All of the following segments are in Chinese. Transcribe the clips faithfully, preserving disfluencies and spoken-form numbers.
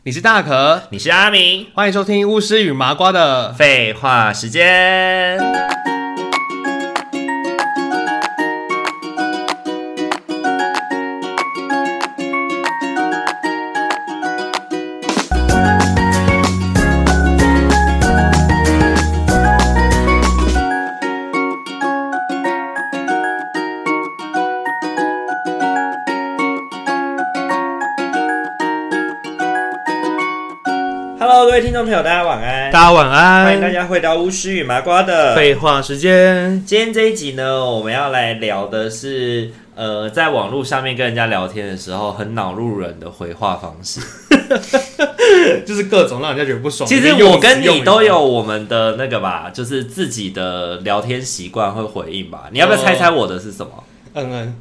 你是大可， 你是阿明， 欢迎收听巫师与麻瓜的废话时间。Hello， 各位听众朋友，大家晚安。 大家晚安， 欢迎大家回到巫师与麻瓜的废话时间。 今天这一集呢，我们要来聊的是，呃，在网络上面跟人家聊天的时候，很恼怒人的回话方式， 就是各种让人家觉得不爽。 其实我跟你都有我们的那个吧，就是自己的聊天习惯会回应吧。你要不要猜猜我的是什么？ 嗯嗯。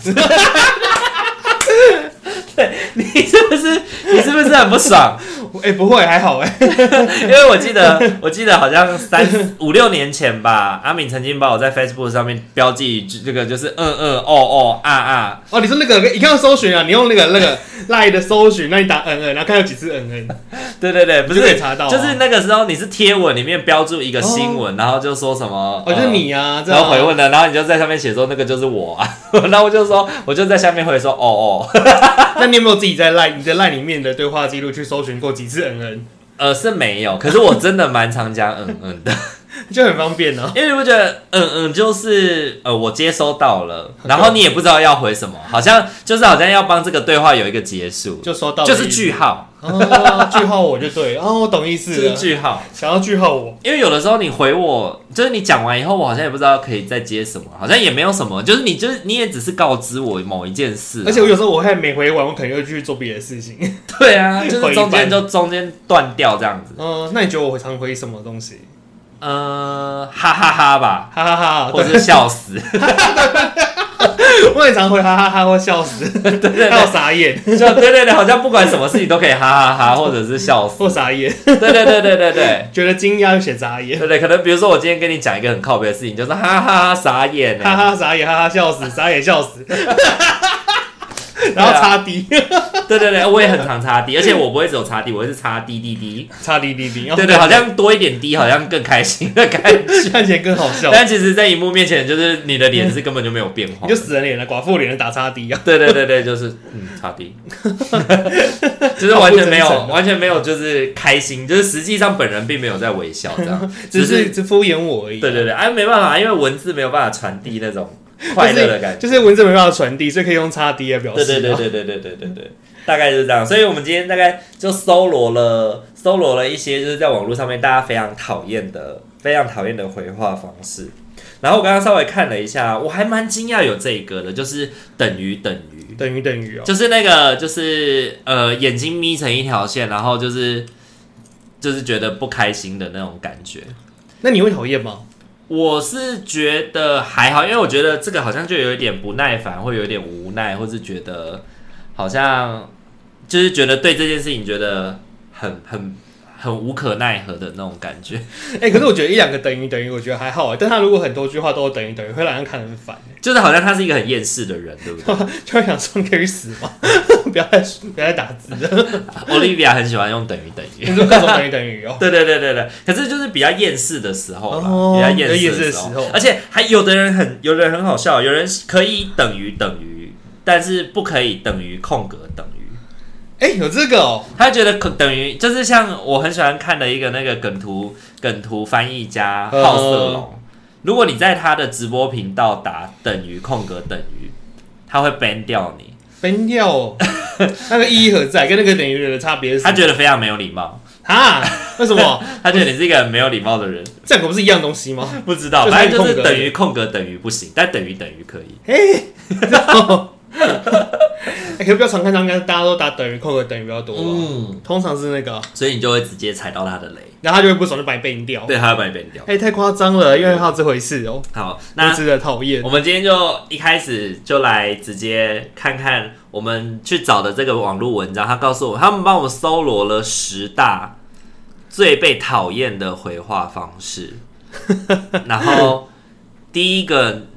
对，你是不是你是不是很不爽？ 哎、欸，不会，还好哎， 因为我记得我记得好像三五六年前吧，阿敏曾经把我在 Facebook 上面标记这个就是嗯嗯哦哦啊啊哦，你说那个一看到搜寻啊，你用那个那个 Line 的搜寻，那你打嗯嗯，然后看有几次嗯嗯， 对对对，不是就可以查到、啊， 就是那个时候你是贴文里面标注一个新闻，哦、然后就说什么哦，就是你啊， 呃、然后回问的，然后你就在上面写说那个就是我啊，然后我就说我就在下面回说哦哦。 那你有没有自己在 Line 你在 Line 里面的对话记录去搜寻过几次嗯嗯？ 呃，是没有，可是我真的蛮常讲嗯嗯的， 就很方便哦。 因为你不觉得嗯嗯就是呃我接收到了，然后你也不知道要回什么，好像就是好像要帮这个对话有一个结束， 就收到就是句号。 哦，句号我就对哦，我懂意思了， 就是句号， 想要句号我， 因为有的时候你回我，就是你讲完以后，我好像也不知道可以再接什么，好像也没有什么，就是你就是你也只是告知我某一件事、啊， 而且我有时候我还没回完，我可能又去做别的事情。 对啊，就是中间就中间断掉这样子。 嗯、呃，那你觉得我常回什么东西？ 呃，哈哈哈吧， 哈哈哈， 或是笑死。 我很常回哈哈哈或笑死，对对对，还有傻眼， 就对对对，好像不管什么事情都可以哈哈哈，或者是笑死或傻眼， 对对对对对对， 觉得惊讶就写傻眼， 对对，可能比如说我今天跟你讲一个很靠北的事情，就是哈哈哈傻眼， 哈哈傻眼，哈哈笑死，傻眼笑死，然后擦 D， 对对对，我也很常擦 D， 而且我不会只有擦 D， 我会是擦 D D D， 擦 D D D， 对对，好像多一点 D， 好像更开心的感觉， 看起来更好笑。 但其实，在荧幕面前，就是你的脸是根本就没有变化， 你就死人脸了，寡妇脸打擦 D 啊。 对对对对，就是嗯擦 D， 就是完全没有完全没有就是开心，就是实际上本人并没有在微笑，这样只是只敷衍我而已、啊。 对对对，哎、啊，没办法，因为文字没有办法传递那种快乐的感觉， 就是、就是文字没办法传递，所以可以用擦 D 来表示。 对对对对对对对对对，大概就是这样。所以我们今天大概就搜罗了搜罗了一些就是在网络上面大家非常讨厌的、非常讨厌的回话方式。然后我刚刚稍微看了一下，我还蛮惊讶有这个的，就是等于等于等于等于哦， 就是那个就是呃眼睛眯成一条线，然后就是就是觉得不开心的那种感觉。 那你会讨厌吗？ 我是觉得还好，因为我觉得这个好像就有一点不耐烦，或有一点无奈，或是觉得好像就是觉得对这件事情觉得很很很无可奈何的那种感觉。 哎、欸，可是我觉得一两个等于等于，我觉得还好哎。但他如果很多句话都有等于等于，会让人看得很烦。 就是好像他是一个很厌世的人，对不对？ 就会想说你可以死吗？不要再不要再打字了。 Olivia 很喜欢用等于等于， 你说各种等于等于哦。 对对对对对，可是就是比较厌世的时候啦， 哦、 比较厌世的时候， 时候，而且还有的人很有的人很好笑，有人可以等于等于，但是不可以等于空格等于。 哎、欸，有这个哦， 他觉得等于就是像我很喜欢看的一个那个梗图梗图翻译家好色龙，如果你在他的直播频道打等于空格等于，他会 ban 掉你 ，ban 掉、哦，那个意义何在？跟那个等于的差别是什么？ 他觉得非常没有礼貌啊？为什么？ 他觉得你是一个很没有礼貌的人， 这两个不是一样东西吗？ 不知道，反正就是等于空格等于不行，但等于等于可以。 哎、欸。欸、可是比较常看到，应该大家都打等于空格等于比较多吧？嗯，通常是那个， 所以你就会直接踩到他的雷， 然后他就会不爽，就把你 ban 掉。 对，他会把你 ban 掉。 哎、欸，太夸张了，因为还有这回事哦、喔。 好，那值得讨厌。 我们今天就一开始就来直接看看我们去找的这个网络文章，他告诉我，他们帮我们搜罗了十大最被讨厌的回话方式，然后第一个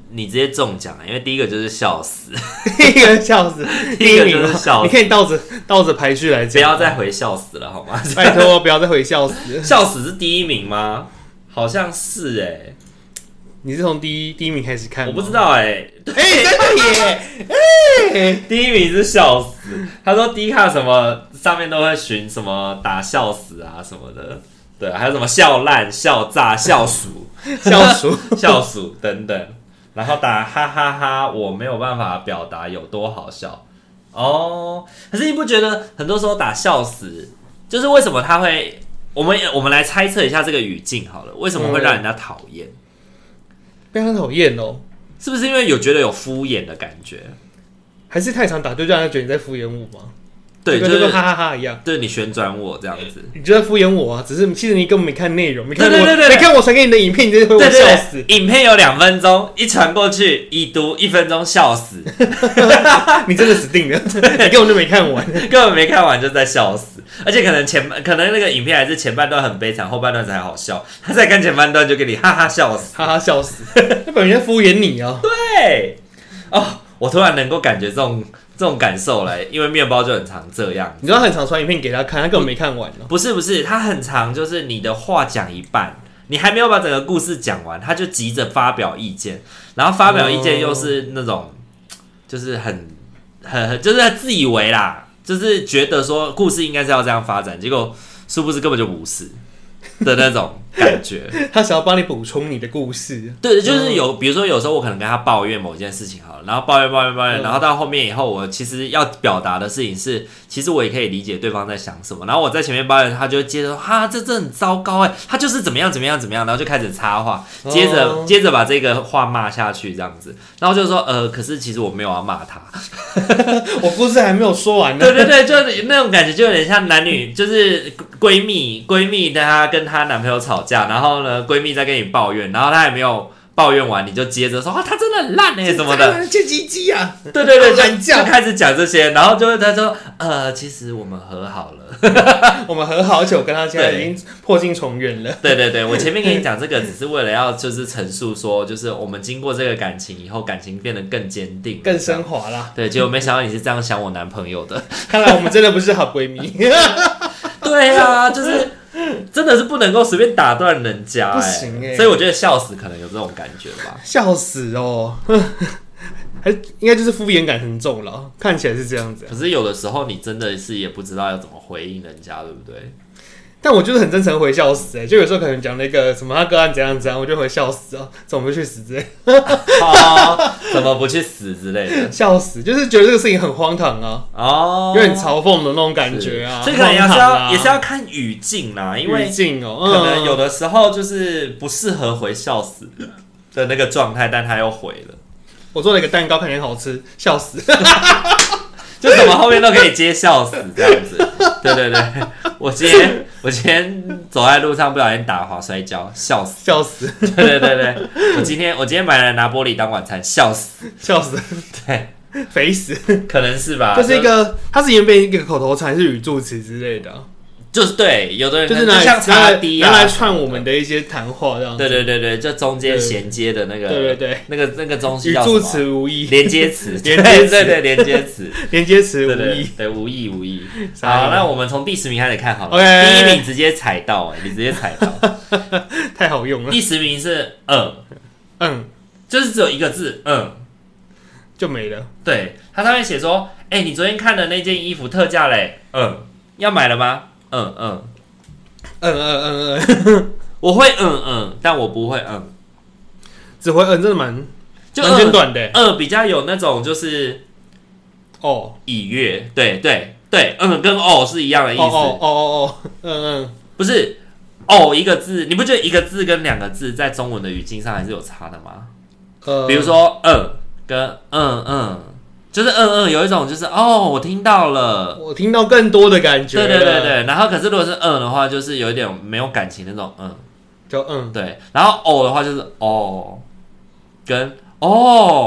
你直接中奖，因为第一个就是笑死， 第一个笑死， 第一个就是笑死。 你可以倒着倒着排序来讲， 不要再回笑死了好吗？ 拜托，不要再回笑死。 笑死是第一名吗？好像是哎、欸。 你是从第一第一名开始看吗？ 我不知道哎、欸， 哎、欸，真的耶！哎、欸， 第一名是笑死。他说 D 卡什么上面都会寻什么打笑死啊什么的，对，还有什么笑烂、笑炸、笑鼠、 笑鼠、 笑鼠等等，然后打哈哈哈，我没有办法表达有多好笑哦。可是你不觉得很多时候打笑死，就是为什么他会？我们我们来猜测一下这个语境好了，为什么会让人家讨厌？嗯非常讨厌哦， 是不是因为有觉得有敷衍的感觉？ 还是太常打，就让人家觉得你在敷衍我吗？ 对， 就跟哈哈哈一样， 对你旋转我这样子， 你就在敷衍我啊！只是其实你根本没看内容，没看我， 对对对对没看我传给你的影片，你就会我笑死。 影片有两分钟，一传过去已读一分钟，笑死！ 你真的死定了，你根本就没看完， 根本没看完就在笑死。而且可能前可能那个影片还是前半段很悲惨，后半段才好笑。他在看前半段就给你哈哈笑死， 哈哈笑死，那本人在敷衍你啊！ 对，哦，我突然能够感觉这种。这种感受嘞，因为面包就很常这样。 你知道很常传影片给他看，他根本没看完哦。 不是不是，他很常就是你的话讲一半，你还没有把整个故事讲完，他就急着发表意见，然后发表意见又是那种，就是很很很就是自以为啦，就是觉得说故事应该是要这样发展，结果殊不知根本就不是的那种感觉。 他想要帮你补充你的故事。 对，就是有，比如说有时候我可能跟他抱怨某件事情好了，然后抱怨抱怨抱怨， 嗯、 然后到后面以后，我其实要表达的事情是，其实我也可以理解对方在想什么，然后我在前面抱怨，他就接着说哈，这这很糟糕哎，他就是怎么样怎么样怎么样，然后就开始插话，接着、哦、接着把这个话骂下去这样子，然后就说呃，可是其实我没有要骂他， 我故事还没有说完呢。 对对对，就是那种感觉，就有点像男女，就是闺蜜闺蜜她跟她男朋友吵架，然后呢，闺蜜在跟你抱怨，然后她还没有抱怨完，你就接着说啊，她真的很烂哎、欸、什么的， 贱鸡鸡啊！ 对对对，就就开始讲这些，然后就会他说呃，其实我们和好了， 我们和好，而且我跟他现在已经破镜重圆了。 对对对，我前面跟你讲这个，只是为了要就是陈述说，就是我们经过这个感情以后，感情变得更坚定、 更升华啦。 对，结果没想到你是这样想我男朋友的， 看来我们真的不是好闺蜜。 对啊，就是真的是不能够随便打断人家、欸， 不行哎、欸。 所以我觉得笑死可能有这种感觉吧。 笑死哦，还应该就是敷衍感很重了，看起来是这样子、啊。 可是有的时候你真的是也不知道要怎么回应人家，对不对？ 但我就是很真诚回笑死哎、欸，就有时候可能讲那个什么他个案怎样怎样，我就回笑死哦，怎么不去死之类的， 哦，怎么不去死之类的， 笑死，就是觉得这个事情很荒唐啊， 哦， 有点嘲讽的那种感觉啊， 所以可能也是要、 啊、 也是要看语境啦，因为语境哦， 可能有的时候就是不适合回笑死的那个状态，但他又回了。 我做了一个蛋糕，看起来好吃，笑死。 就什么后面都可以接笑死这样子，对对对，我今天我今天走在路上不小心打滑摔跤，笑死笑死， 对对对对，我今天我今天买了拿玻璃当晚餐，笑死笑死， 对， 肥死， 可能是吧， 就是一个它是原本一个口头禅，是语助词之类的、啊。 就是对，有的人就是拿像插 D 啊，拿来串我们的一些谈话这样子。 对对对对，就中间衔接的那个， 对对对， 那个那个东西叫什么？语助词无意， 连接词， 连接词， 对对连接词， 连接词无意， 对无意无意。好，那我们从第十名开始看好了。 Okay. 第一名直接踩到，哎，你直接踩到， 太好用了。 第十名是嗯嗯，就是只有一个字嗯， 就没了。 对，它上面写说，哎，你昨天看的那件衣服特价嘞，嗯，要买了吗？嗯嗯。 嗯嗯嗯嗯， 我会嗯嗯，但我不会嗯， 只会嗯，真的蛮就蛮简短的。 嗯，比较有那种就是哦， 以悦，对对对，嗯，跟哦是一样的意思。 哦哦哦哦，嗯嗯， 不是哦一个字，你不觉得一个字跟两个字在中文的语境上还是有差的吗？呃，比如说嗯跟嗯嗯。就是嗯嗯，有一种就是哦，我听到了， 我听到更多的感觉。 对对对对，然后可是如果是嗯的话，就是有一点没有感情那种嗯， 就嗯。 对，然后哦的话就是哦，跟哦，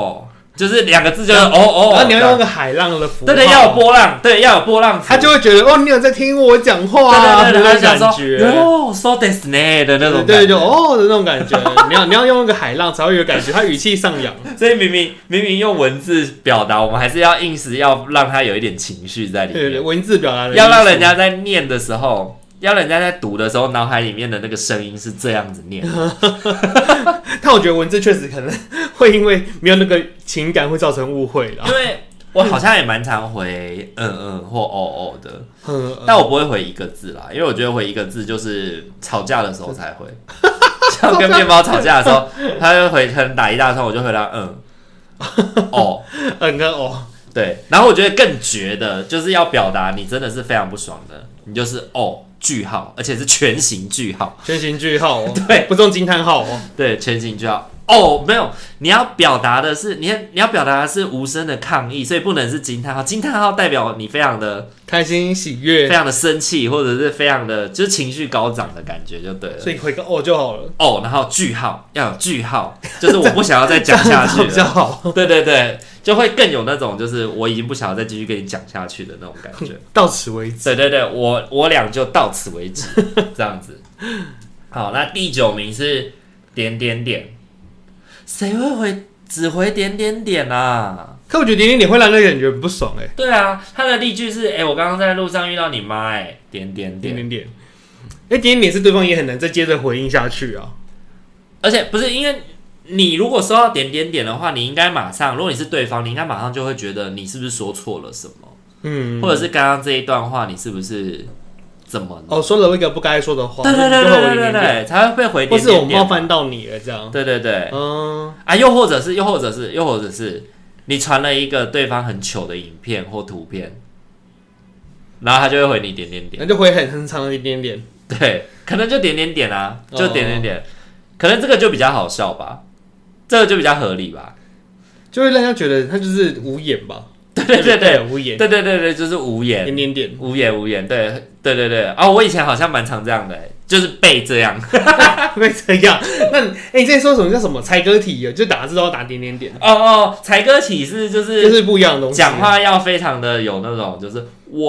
就是两个字就是哦哦， 然后你要用个海浪的符号， 对对，要有波浪，对，要有波浪符， 他就会觉得哦，你有在听我讲话， 对对对， 那种感觉， 哦 ，so this 呢的那种， 对，就哦的那种感觉，你要你要用一个海浪才会有感觉，他语气上扬， 所以明明明明用文字表达，我们还是要硬是要让他有一点情绪在里面， 对对，文字表达的， 要让人家在念的时候。要人家在读的时候，脑海里面的那个声音是这样子念的。 但我觉得文字确实可能会因为没有那个情感，会造成误会啦。 因为我好像也蛮常回嗯嗯或哦哦的， 嗯嗯， 但我不会回一个字啦，因为我觉得回一个字就是吵架的时候才回。像跟面包吵架的时候，他就回可能打一大串，我就回答嗯哦嗯跟哦。 对，然后我觉得更绝的就是要表达你真的是非常不爽的，你就是哦句号，而且是全形句号， 全形句号哦， 对， 不是用惊叹号哦， 对，全形句号哦，没有，你要表达的是你要你要表达的是无声的抗议，所以不能是惊叹号，惊叹号代表你非常的开心喜悦， 非常的生气，或者是非常的就是情绪高涨的感觉就对了， 所以回个哦就好了， 哦，然后句号要有句号，就是我不想要再讲下去了， 比较好， 对对对。就会更有那种，就是我已经不想要再继续跟你讲下去的那种感觉。 到此为止。 对对对，我我俩就到此为止，这样子。好，那第九名是点点点，谁会回只回点点点啊？ 可我觉得点点点会让那个人觉得不爽哎、欸。 对啊，他的例句是：哎、欸，我刚刚在路上遇到你妈，哎，点点点点点点。哎、欸，点点点是对方也很难再接着回应下去啊。 而且不是因为。你如果收到点点点的话，你应该马上，如果你是对方，你应该马上就会觉得你是不是说错了什么，嗯，或者是刚刚这一段话你是不是怎么了？ 哦，说了一个不该说的话， 对对对对对对，才会被回点点点， 或是我冒犯到你了这样， 对对对， 嗯啊，又或者是又或者是又或者是你传了一个对方很糗的影片或图片，然后他就会回你点点点， 那就回很很长的一点点， 对，可能就点点点啊，就点点点，哦、可能这个就比较好笑吧。这个就比较合理吧， 就会让人家觉得他就是无言吧。 对对对对， 无言。 对对对对，就是无言。 点点点， 无言无言。对对对对。啊、哦，我以前好像蛮常这样的，就是被这样， 被这样。那哎、欸，你之前说什么叫什么采歌体？就打字都要打点点点。 哦哦，采歌体是就是就是不一样的东西。 讲话要非常的有那种，就是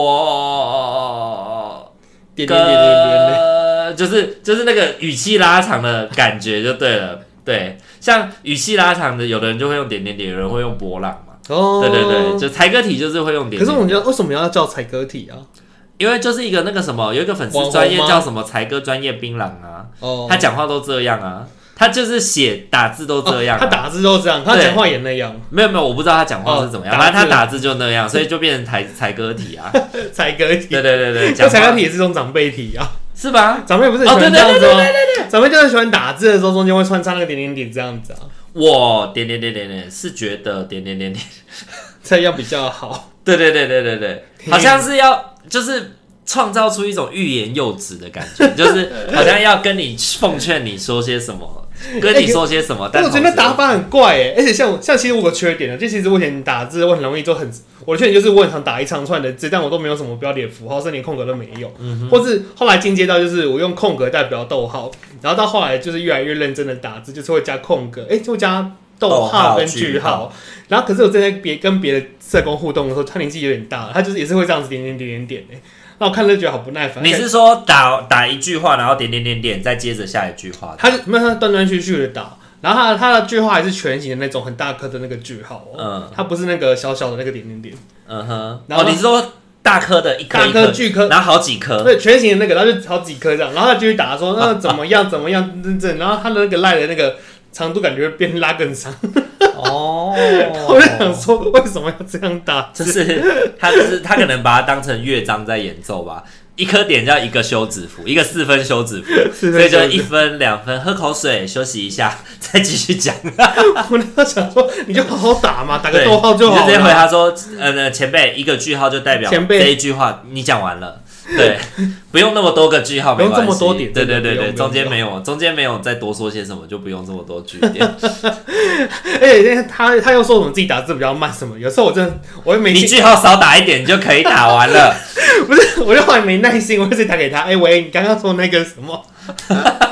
我点点点点点， 就是就是那个语气拉长的感觉就对了。对，像语气拉长的，有的人就会用点点点，有人会用波浪嘛。哦，对对对，就采歌体就是会用点点点。 可是我们觉得为什么要叫采歌体啊？ 因为就是一个那个什么，有一个粉丝专业叫什么采歌专业槟榔啊，哦，他讲话都这样啊，他就是写打字都这样、啊哦， 他打字都这样，他讲话也那样。 没有没有，我不知道他讲话是怎么样，反正、哦、他打字就那样，所以就变成采采歌体啊， 采歌体。 对对对对， 讲采歌体也是一种长辈体啊。是吧？长辈不是很喜欢这样子吗？哦、对对对对对对，长辈就是喜欢打字的时候中间会穿插那个点点点这样子啊。 我点点点点点是觉得点点点点这样比较好。 对对对对对对，好像是要就是创造出一种欲言又止的感觉，就是好像要跟你奉劝你说些什么。跟你说些什么？欸、但我觉得那打法很怪哎、欸，而且像像其实我有个缺点的，就其实我以前打字我很容易就很，我的缺点就是我很常打一长串的字，但我都没有什么标点符号，甚至连空格都没有。嗯、或是后来进阶到就是我用空格代表逗号，然后到后来就是越来越认真的打字，就是会加空格，哎、欸，就加逗号跟句号。然后可是我正在别跟别的社工互动的时候，他年纪有点大了，他就是也是会这样子点点点点点哎、欸。那我看了就觉得好不耐烦。 你是说打打一句话，然后点点点点，再接着下一句话？ 他没有，他断断续续的打，然后他他的句号还是全形的那种很大颗的那个句号、哦，嗯，他不是那个小小的那个点点点， 嗯哼。然后、哦、你是说大颗的一颗大颗巨颗， 然后好几颗， 对，全形的那个，然后就好几颗这样，然后他继续打说那怎么样怎么样，真正，然后他的那个赖的那个长度感觉变拉更长。哦，我就想说，为什么要这样打？ 就是他，就是他可能把它当成乐章在演奏吧。一颗点叫一个休止符，一个四分休止符，所以就一分、两分，喝口水休息一下，再继续讲。 我那时候想说，你就好好打嘛，打个逗号就好了。 你就直接回他说，呃，前辈，一个句号就代表前辈这一句话你讲完了。对，不用那么多个句号， 不用这么多点。 对对对对，中间没有，中间没有再多说些什么，就不用这么多句点。 而且他他又说我们自己打字比较慢什么，有时候我真的我没你句号少打一点就可以打完了。 不是，我就后来没耐心，我就直接打给他。哎、欸、喂，你刚刚说那个什么？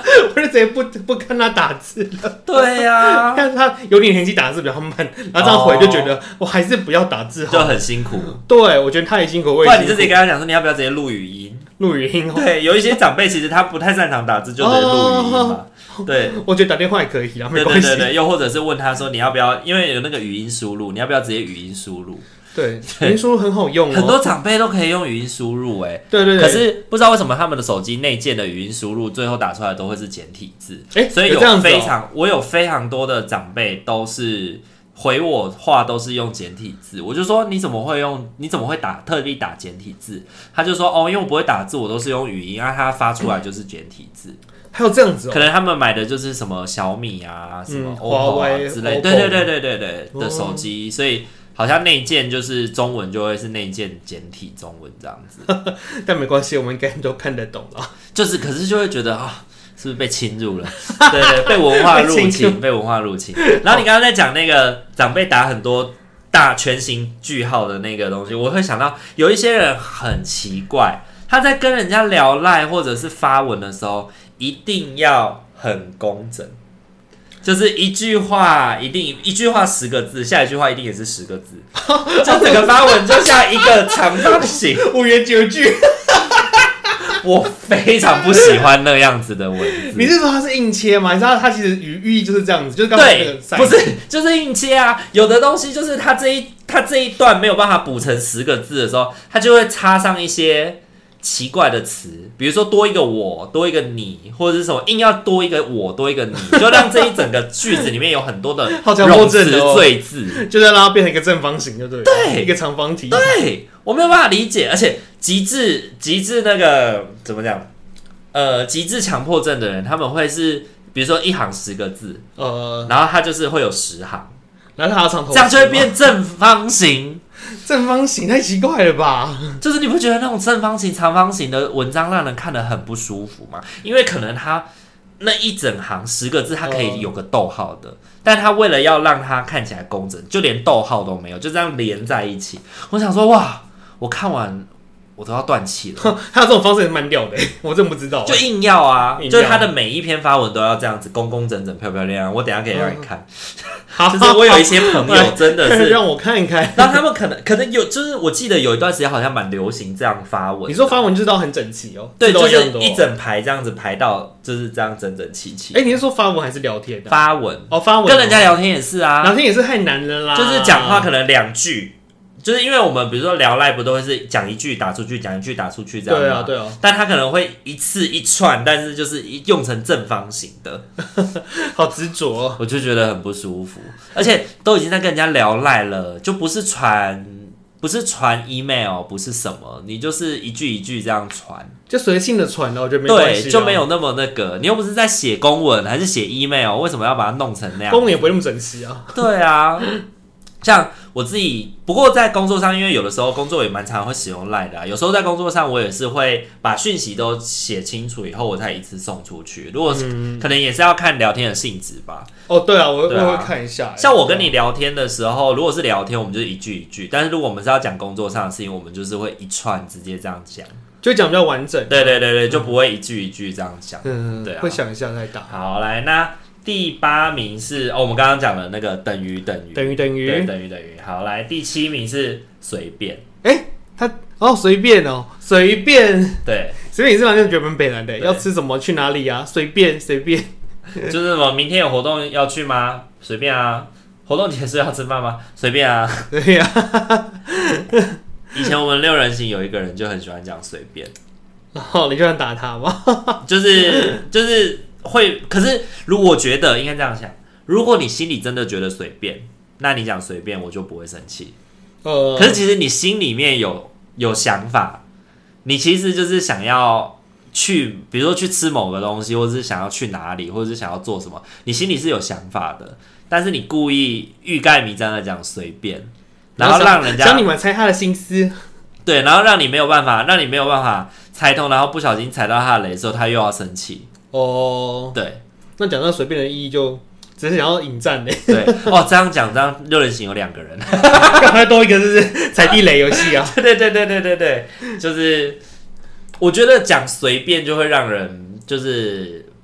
我就直接不不看他打字了。 对呀、啊， 看他有点年纪打字比较慢，然后这样回就觉得、哦、我还是不要打字好， 就很辛苦。 对，我觉得他也辛苦， 不然你就直接跟他讲说，你要不要直接录语音？ 录语音、哦， 对，有一些长辈其实他不太擅长打字，就直接录语音嘛。哦、对， 我觉得打电话也可以啊，没关系。 对对对对，又或者是问他说，你要不要？因为有那个语音输入，你要不要直接语音输入？ 对，语音输入很好用、哦， 很多长辈都可以用语音输入、欸，哎， 对对对。 可是不知道为什么他们的手机内建的语音输入，最后打出来都会是简体字， 哎、欸， 所以有非常、 哦， 我有非常多的长辈都是回我话都是用简体字，我就说你怎么会用？你怎么会打特地打简体字？他就说哦，因为我不会打字，我都是用语音，啊，他发出来就是简体字。 还有这样子哦， 可能他们买的就是什么小米啊、什么 O P P O 啊之类， 嗯、 对对对对对对的手机，哦、所以好像内建就是中文就会是内建简体中文这样子。 但没关系，我们应该都看得懂了。 就是可是就会觉得啊，是不是被侵入了？对对，被文化入侵，被文化入侵。然后你刚刚在讲那个长辈打很多大全形句号的那个东西，我会想到有一些人很奇怪，他在跟人家聊赖或者是发文的时候。一定要很工整，就是一句话一定一句话十个字，下一句话一定也是十个字，就整个发文就像一个长方形， 五言绝句。 我非常不喜欢那样子的文字。 你是说它是硬切吗？你知道它其实寓意就是这样子，就是刚才那个对，不是就是硬切啊。有的东西就是它这一它这一段没有办法补成十个字的时候，它就会插上一些。奇怪的词，比如说多一个我，多一个你，或者是什么硬要多一个我，多一个你，就让这一整个句子里面有很多的冗词赘字， 就是要让它变成一个正方形，就对了， 对， 一个长方体。 对，我没有办法理解，而且极致极致那个怎么讲？呃，极致强迫症的人，他们会是比如说一行十个字，呃，然后他就是会有十行， 然后他要长头， 这样就会变正方形。 正方形太奇怪了吧？ 就是你不觉得那种正方形、长方形的文章让人看得很不舒服吗？因为可能他那一整行十个字，他可以有个逗号的，但他为了要让它看起来工整，就连逗号都没有，就这样连在一起。我想说，哇，我看完我都要断气了。 他有这种方式也蛮屌的，我真不知道。 就硬要啊，就是他的每一篇发文都要这样子工工整整、漂漂亮亮。我等一下可以让你看。好，就是我有一些朋友真的是让我看一看， 然后他们可能可能有，就是我记得有一段时间好像蛮流行这样发文。 你说发文就是到很整齐哦？ 对，就是一整排这样子排到，就是这样整整齐齐。 哎、欸，你是说发文还是聊天、啊？ 发文哦，发文跟人家聊天也是啊， 聊天也是太难了啦。 就是讲话可能两句。就是因为我们比如说聊赖不都会是讲一句打出去，讲一句打出去这样吗？ 对啊，对啊。 但他可能会一次一串，但是就是用成正方形的， 好执着、哦， 我就觉得很不舒服。而且都已经在跟人家聊赖了，就不是传，不是传 email， 不是什么，你就是一句一句这样传， 就随性的传了，我觉得没关系、啊。 对，就没有那么那个。你又不是在写公文，还是写 email， 为什么要把它弄成那样？ 公文也不会那么整齐啊。 对啊。像我自己，不过在工作上，因为有的时候工作也蛮常会使用 LINE 的、啊，有时候在工作上我也是会把讯息都写清楚以后，我才一次送出去。如果、嗯、可能也是要看聊天的性质吧。 哦，对啊，我对啊我会看一下。 像我跟你聊天的时候，如果是聊天，我们就是一句一句；但是如果我们是要讲工作上的事情，我们就是会一串直接这样讲， 就讲比较完整。 对对对对，就不会一句一句这样讲。 嗯，对、啊，会想一下再打。 好，来那。第八名是哦，我们刚刚讲的那个等于等于等于等于对等于等于。好，来第七名是随便。 哎、欸，他哦随便哦随便对随便也是蛮觉得蛮北蓝的，要吃什么去哪里啊？随便随便， 就是什么明天有活动要去吗？随便啊。活动结束要吃饭吗？随便啊。 对呀、啊。 以前我们六人行有一个人就很喜欢讲随便， 然后你就想打他吗？ 就是就是。会，可是如果我觉得应该这样想，如果你心里真的觉得随便，那你讲随便我就不会生气。呃，可是其实你心里面有有想法，你其实就是想要去，比如说去吃某个东西，或者是想要去哪里，或者是想要做什么，你心里是有想法的，但是你故意欲盖弥彰的讲随便，然后让人家想你们猜他的心思， 对，然后让你没有办法，让你没有办法猜通，然后不小心踩到他的雷之后，他又要生气。 哦， 对， 那讲到随便的意义就只是想要引战嘞。 对，哦，这样讲，这样六人行有两个人， 刚才多一个就是踩地雷游戏啊。 对对对对对对，就是我觉得讲随便就会让人就是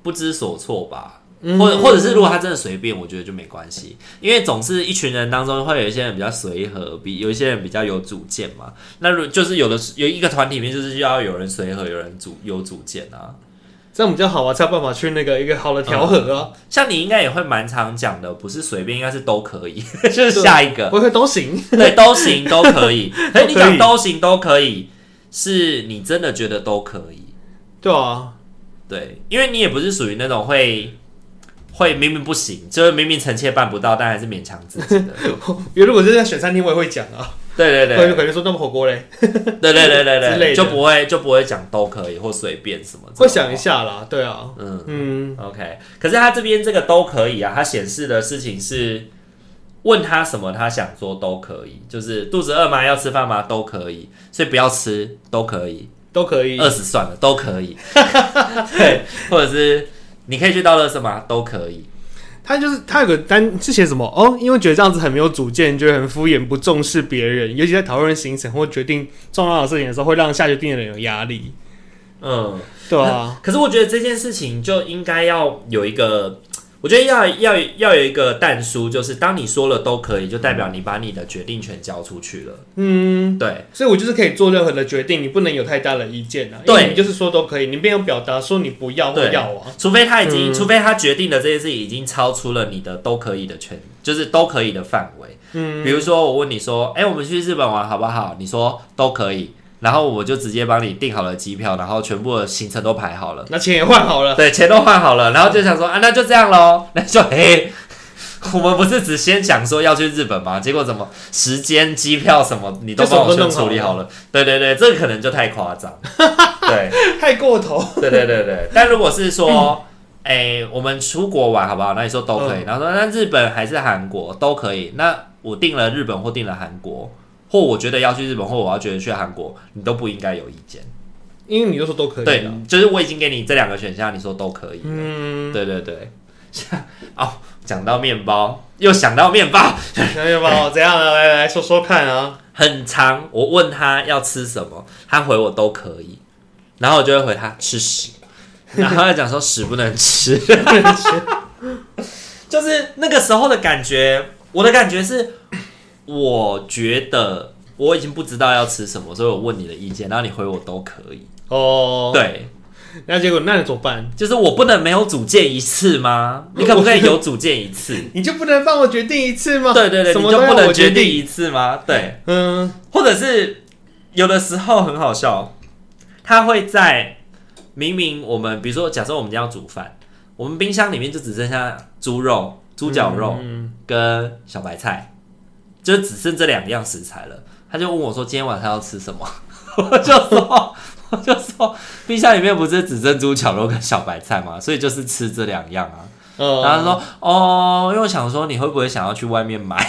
不知所措吧。或者或者是如果他真的随便，我觉得就没关系，因为总是一群人当中会有一些人比较随和，比有一些人比较有主见嘛。那如就是有的有一个团体里面就是要有人随和，有人主有主见啊， 这样比较好啊，才有办法去那个一个好的调和啊、嗯。 像你应该也会蛮常讲的，不是随便，应该是都可以，就是下一个， 不会都行， 对，都行都可以。可是你讲都行都可以，是你真的觉得都可以？ 对啊， 对，因为你也不是属于那种会。会明明不行，就是明明臣妾办不到，但还是勉强自己的。 因为如果是在选餐厅，我也会讲啊。 对对对， 就可能说那么火锅嘞。 对对对对对， 之类的就不会就不会讲都可以或随便什么。 会想一下啦，对啊， 嗯嗯 ，OK。可是他这边这个都可以啊，他显示的事情是问他什么，他想说都可以，就是肚子饿吗？要吃饭吗？都可以，所以不要吃都可以， 都可以， 饿死算了都可以。对，或者是。你可以去倒垃圾吗？都可以。 他就是他有个单是写什么哦？因为觉得这样子很没有主见，觉得很敷衍，不重视别人，尤其在讨论行程或决定重要的事情的时候，会让下决定的人有压力。 嗯， 对啊。 可是我觉得这件事情就应该要有一个，我觉得要要要有一个但书，就是当你说了都可以，就代表你把你的决定权交出去了。嗯，对， 所以我就是可以做任何的决定，你不能有太大的意见啊。 对， 你就是说都可以，你没有表达说你不要或要啊。 除非他已经，嗯、除非他决定的这件事情已经超出了你的都可以的权，就是都可以的范围。嗯，比如说我问你说，哎、欸，我们去日本玩好不好？你说都可以。然后我就直接帮你订好了机票，然后全部的行程都排好了， 那钱也换好了， 对，钱都换好了，然后就想说啊，那就这样咯。那就嘿，我们不是只先想说要去日本吗？结果怎么时间、机票什么你都帮我先处理好了？对对对，这个可能就太夸张，对， 太过头。 对对对对，但如果是说，哎、欸，我们出国玩好不好？那你说都可以，嗯、然后说那日本还是韩国都可以，那我订了日本或订了韩国。或我觉得要去日本，或我要觉得去韩国，你都不应该有意见， 因为你就说都可以。 对，就是我已经给你这两个选项，你说都可以。嗯，对对对。哦，讲到面包，又想到面包， 面包怎样呢？来来说说看啊。 很长，我问他要吃什么，他回我都可以，然后我就会回他吃屎，然后他讲说屎不能吃，不能吃，就是那个时候的感觉，我的感觉是。我觉得我已经不知道要吃什么，所以我问你的意见，然后你回我都可以。哦，对， 那结果那你怎么办？ 就是我不能没有主见一次吗？你可不可以有主见一次？ 你就不能帮我决定一次吗？ 对对对，你就不能决定一次吗？对，嗯，或者是有的时候很好笑，他会在明明我们比如说，假设我们今天要煮饭，我们冰箱里面就只剩下猪肉、猪脚肉跟小白菜。就只剩这两样食材了，他就问我说：“今天晚上要吃什么？”我就说：“我就说，冰箱里面不是只剩猪脚肉跟小白菜吗？所以就是吃这两样啊。嗯”然后他说：“哦，因为我想说你会不会想要去外面买？”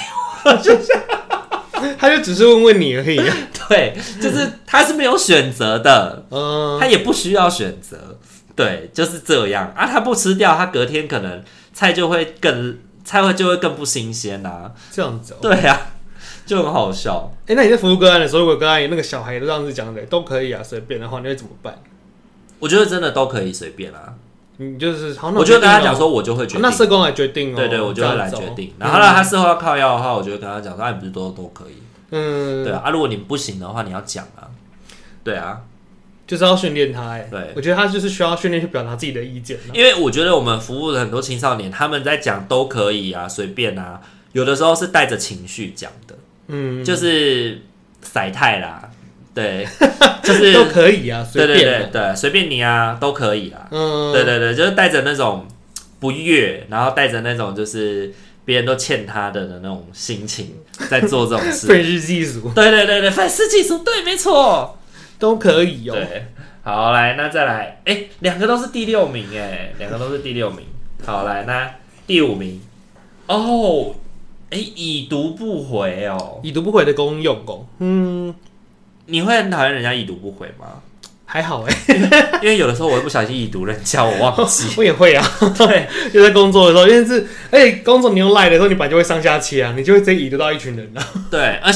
他就只是问问你而已。 对，就是他是没有选择的，嗯，他也不需要选择，对，就是这样啊。他不吃掉，他隔天可能菜就会更。菜会就会更不新鲜啊， 这样子、哦， 对啊，就很好笑。 哎、欸，那你在服务个案的时候，如果个案那个小孩都这样子讲的，都可以啊，随便的话，你会怎么办？ 我觉得真的都可以随便啊。 你就是好， 我就跟他讲说，我就会决定， 那社工来决定哦。 对对，我就会来决定。然后呢，他事后要靠药的话，我就会跟他讲说，啊，你不是都都可以？嗯，对啊。啊，如果你不行的话，你要讲啊。对啊。 就是要训练他、欸，哎， 对， 我觉得他就是需要训练去表达自己的意见。 因为我觉得我们服务的很多青少年，他们在讲都可以啊，随便啊，有的时候是带着情绪讲的，嗯，就是甩态啦，对，就是都可以啊，随便， 对对对对，随便你啊，都可以啦，嗯，对对对，就是带着那种不悦，然后带着那种就是别人都欠他的的那种心情，在做这种事， 愤世嫉俗， 对对对对，愤世嫉俗，对，没错。 都可以哦。 对，好，来，那再来，哎、欸，两个都是第六名，哎，两个都是第六名。好，来，那第五名，哦，哎、欸，已读不回哦， 已读不回的功用哦，嗯， 你会很讨厌人家已读不回吗？ 还好哎、欸， 因为有的时候我会不小心已读人家，我忘记。 我也会啊，对，就在工作的时候，因为是，而且工作你用 LINE 的时候，你本来就会上下切啊，你就会直接已读到一群人啊。 对，而且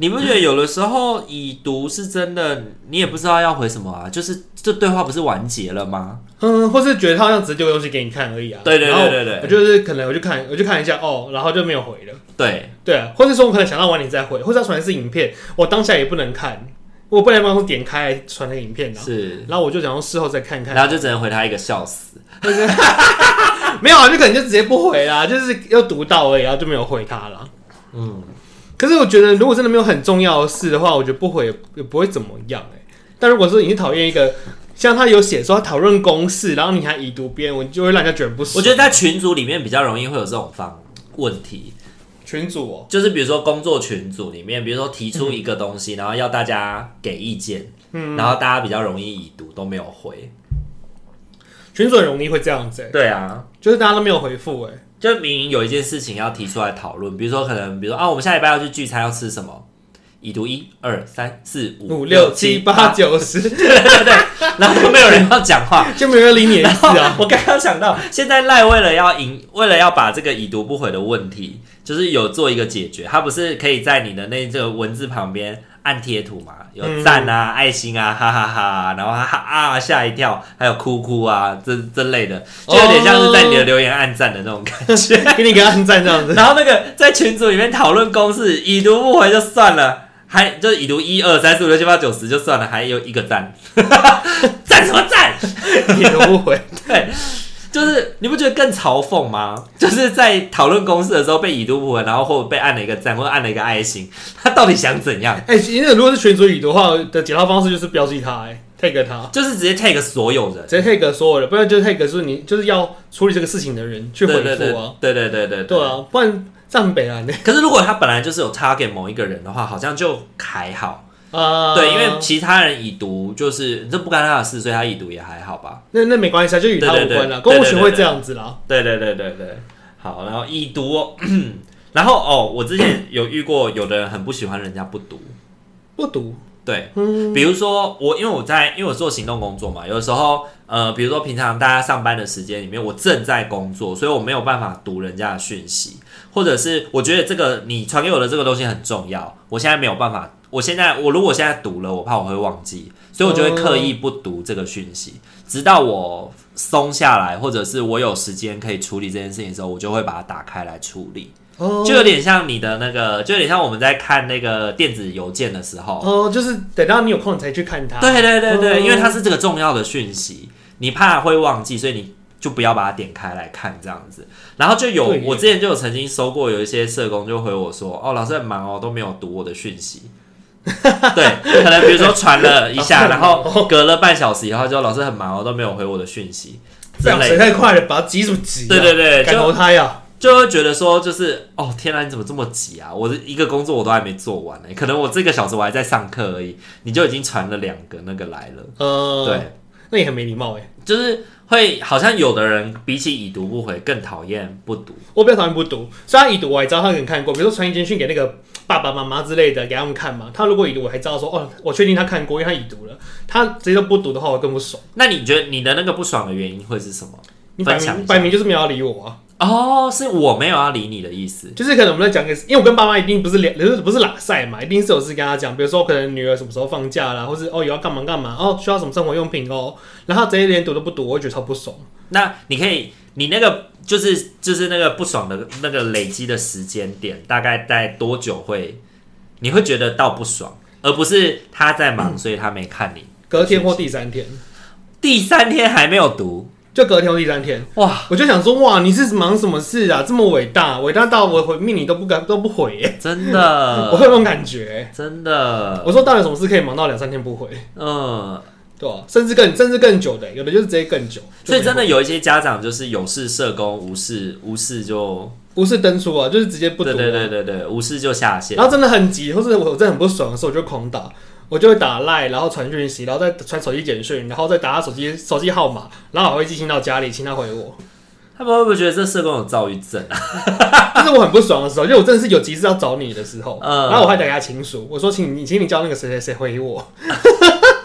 你不觉得有的时候已读是真的，你也不知道要回什么啊？就是这对话不是完结了吗？ 嗯，或是觉得他好像只是丢东西给你看而已啊。 对对对对对， 我就是可能我就看我就看一下哦，然后就没有回了。 对对啊，或者说我可能想到晚点再回，或者他传的是影片，我当下也不能看，我不能帮我点开来传那个影片啊。 是， 然后我就想用事后再看看， 然后就只能回他一个笑死。 没有啊，就可能就直接不回啦，就是又读到而已，然后就没有回他了。嗯，可是我觉得如果真的没有很重要的事的话，我觉得不回也也不会怎么样哎、欸。但如果说你是讨厌一个，像他有写说他讨论公事，然后你还已读别人，我就会让人家觉得不爽。 我觉得在群组里面比较容易会有这种方问题。 群组哦， 就是比如说工作群组里面，比如说提出一个东西，嗯、然后要大家给意见，嗯，然后大家比较容易已读都没有回。 群组很容易会这样子、欸， 对啊， 就是大家都没有回复，哎， 就明明有一件事情要提出来讨论，比如说可能，比如说啊，我们下礼拜要去聚餐，要吃什么？已读一二三四五五六七八九十， 对对对，然后就没有人要讲话， 就没有人理你的意思啊。 我刚刚想到，现在赖为了要赢，为了要把这个已读不回的问题，就是有做一个解决，他不是可以在你的那这个文字旁边按贴图嘛，有赞啊、嗯、爱心啊、哈哈哈，然后哈哈啊吓一跳，还有哭哭啊这这类的，就有点像是在你的留言按赞的那种感觉， 给你个按赞这样子。 然后那个在群组里面讨论公事，已读不回就算了。还就是已读一二三四五六七八九十就算了，还有一个赞，赞什么赞？ 已读不回， 对，就是你不觉得更嘲讽吗？就是在讨论公事的时候被已读不回，然后或者被按了一个赞，或者按了一个爱心，他到底想怎样？ 哎、欸，因为如果是群组已读的话的解套方式就是标记他、欸，哎 ，tag 他， 就是直接 tag 所有人， 直接 tag 所有人，不然就是 tag 是你就是要处理这个事情的人去回复啊， 对对对对对 对, 对啊，不然。这很北蓝的。 可是如果他本来就是有 target 某一个人的话，好像就还好。 啊、uh ， 对，因为其他人已读就是这不干他的事，所以他已读也还好吧。 那那没关系啊，就与他无关了。公务群会这样子啦。 对对对对对，好，然后已读、哦，然后哦，我之前有遇过有的人很不喜欢人家不读， 不读。 对，嗯，比如说我，因为我在，因为我做行动工作嘛，有的时候，呃，比如说平常大家上班的时间里面，我正在工作，所以我没有办法读人家的讯息，或者是我觉得这个你传给我的这个东西很重要，我现在没有办法，我现在我如果现在读了，我怕我会忘记，所以我就会刻意不读这个讯息，直到我松下来，或者是我有时间可以处理这件事情的时候，我就会把它打开来处理。就有点像你的那个，就有点像我们在看那个电子邮件的时候， 哦，就是等到你有空才去看它。 对对对对，哦、因为它是这个重要的讯息，你怕会忘记，所以你就不要把它点开来看这样子。然后就有我之前就有曾经收过有一些社工就回我说，哦，老师很忙哦，都没有读我的讯息。对，可能比如说传了一下，然后隔了半小时以后就老师很忙哦，都没有回我的讯息。 这样谁太快了，把它急什么急、啊？ 对对对， 赶投胎呀。 就会觉得说，就是哦，天哪，你怎么这么急啊？我的一个工作我都还没做完呢、欸，可能我这个小时我还在上课而已，你就已经传了两个那个来了。呃，对， 那也很没礼貌哎、欸。 就是会好像有的人比起已读不回更讨厌不读。 我比较讨厌不读，虽然已读我还知道他可能看过，比如说传一简讯给那个爸爸妈妈之类的给他们看嘛。他如果已读，我还知道说哦，我确定他看过，因为他已读了。他直接都不读的话，我更不爽。 那你觉得你的那个不爽的原因会是什么？ 你摆明摆明就是没有要理我啊。 哦，是我没有要理你的意思， 就是可能我们在讲个，因为我跟爸妈一定不是聊，不是拉塞嘛，一定是有事跟他讲，比如说可能女儿什么时候放假啦，或是哦有要干嘛干嘛，哦需要什么生活用品哦，然后他直接连读都不读，我会觉得超不爽。 那你可以，你那个就是就是那个不爽的那个累积的时间点，大概在多久会，你会觉得到不爽，而不是他在忙，嗯、所以他没看你。 隔天或第三天， 第三天还没有读。 就隔天或第三天，哇！我就想说，哇，你是忙什么事啊？这么伟大，伟大到我回命你都不敢都不回耶！ 真的， 我会有那种感觉， 真的。 我说，到底有什么事可以忙到两三天不回？嗯，对啊，甚至更甚至更久的，有的就是直接更久。 所以真的有一些家长就是有事社工，无事无事就无事登出啊，就是直接不读、啊。 对对对对对，无事就下线。 然后真的很急，或是我真的很不爽的时候，我就狂打。我就会打赖，然后传讯息，然后再传手机简讯，然后再打他手机手机号码，然后我会寄信到家里，请他回我。 他们会不会觉得这社工有躁郁症啊？ 就是我很不爽的时候，就我真的是有急事要找你的时候，嗯、然后我还打给他亲属，我说请你，请你叫那个谁谁谁回我。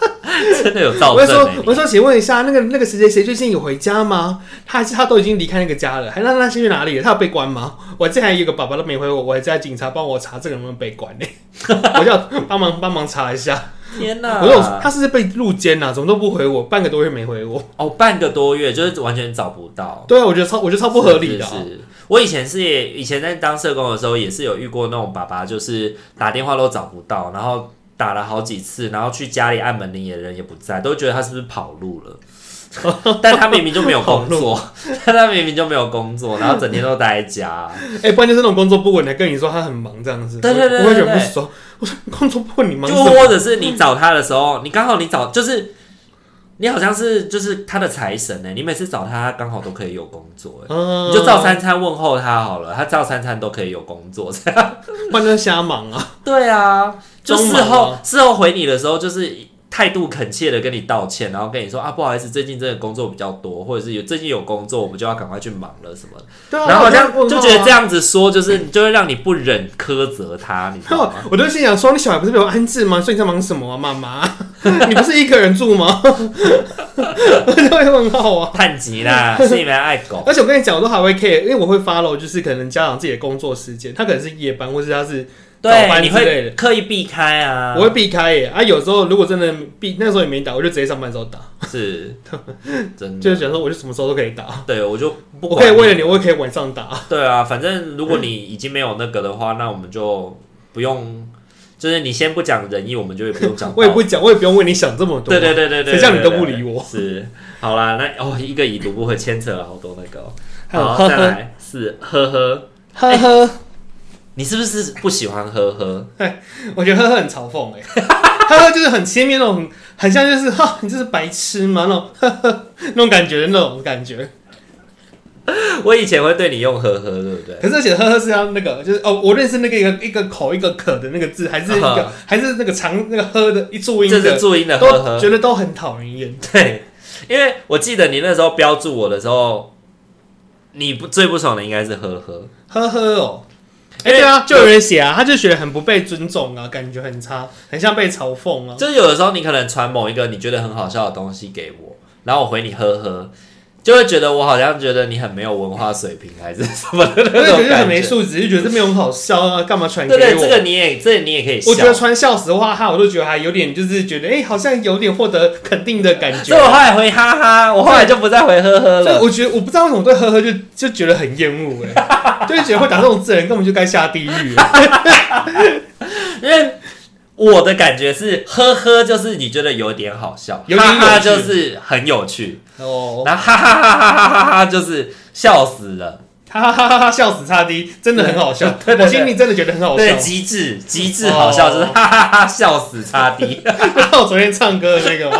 真的有躁我症、欸。 说我说，请问一下，那个那个谁谁谁最近有回家吗？他还是他都已经离开那个家了，还让他先去哪里了？他有被关吗？我这还有一个爸爸都没回我，我还在警察帮我查这个能不能被关呢、欸？我就要帮忙帮忙查一下。 天哪！ 我说他是不是被入监啊？怎么都不回我，半个多月没回我。 哦，半个多月就是完全找不到。 对啊，我觉得超我觉得超不合理的、啊。 是是是我以前是也以前在当社工的时候，也是有遇过那种爸爸，就是打电话都找不到，然后打了好几次，然后去家里按门铃，也人也不在，都觉得他是不是跑路了。但他明明就没有工作，但他明明就没有工作，然后整天都待在家。 哎、欸，不然就是那种工作不稳的，跟你说他很忙这样子， 对对对对对， 我会觉得不爽。我说工作不稳，你忙什就么？ 或者是你找他的时候，你刚好你找就是你好像是就是他的财神呢、欸，你每次找他，他刚好都可以有工作、欸嗯、你就照三餐问候他好了，他照三餐都可以有工作，这样不然就瞎忙啊。 对啊，就事后、 啊、 事后回你的时候就是。态度恳切的跟你道歉，然后跟你说啊，不好意思，最近真的工作比较多，或者是有最近有工作，我们就要赶快去忙了什么的。 对啊， 然后好像就觉得这样子说，就是就会让你不忍苛责他，你知道吗？ 我就心想说，你小孩不是被我安置吗？所以你在忙什么啊，妈妈？你不是一个人住吗？我就会问号啊， 叛急啦，是你们爱狗。 而且我跟你讲，我都还会 care，因为我会 follow，就是可能家长自己的工作时间，他可能是夜班，或是他是。 对，你会刻意避开啊， 我会避开耶啊。有时候如果真的避，那时候也没打，我就直接上班的时候打。 是，真的， 就是想说，我就什么时候都可以打。 对，我就不管， 我可以为了你，我也可以晚上打。 对啊，反正如果你已经没有那个的话，那我们就不用，就是你先不讲仁义，我们就也不用讲。 我也不讲，我也不用为你想这么多。 对对对对对， 谁叫你都不理我。 是，好啦，那哦，一个已读不会牵扯了好多那个、喔。好，再来是呵呵呵呵。欸你是不是不喜欢呵呵？ 我觉得呵呵很嘲讽哎、欸，呵呵就是很前面那种，很像就是哈，你这是白痴吗？那种呵呵那种感觉的那种感觉。 我以前会对你用呵呵，对不对？ 可是而且呵呵是要那个，就是哦，我认识那个一个一个口一个可的那个字，还是一个、uh-huh. 还是那个长那个呵的一注音的， 这是注音的呵呵， 都觉得都很讨人厌。 对，因为我记得你那时候标注我的时候，你不最不爽的应该是呵呵呵呵哦。哎、欸，对啊，就有人写啊，他就觉得很不被尊重啊，感觉很差，很像被嘲讽啊。 就是有的时候你可能传某一个你觉得很好笑的东西给我，然后我回你呵呵，就会觉得我好像觉得你很没有文化水平还是什么的那种感觉， 就觉得很没素质，就觉得这没有很好笑啊，干嘛传给我？ 对对，这个你也，这个你也可以笑。 我觉得传笑死的话，哈，我都觉得还有点，就是觉得，哎、欸，好像有点获得肯定的感觉。 所以我后来回哈哈，我后来就不再回呵呵了。 所以我觉得，我不知道为什么对呵呵就就觉得很厌恶，哎，就是觉得会打这种字的人根本就该下地狱。 因为我的感觉是，呵呵就是你觉得有点好笑， 有点有趣哈哈就是很有趣哦， 然后哈哈哈哈哈哈哈就是笑死了。 哈哈哈哈笑死差低，真的很好笑。对对对，我心里真的觉得很好笑。 对，极致极致好笑，哦、就是哈哈哈笑死差低。 那我昨天唱歌的那个吗？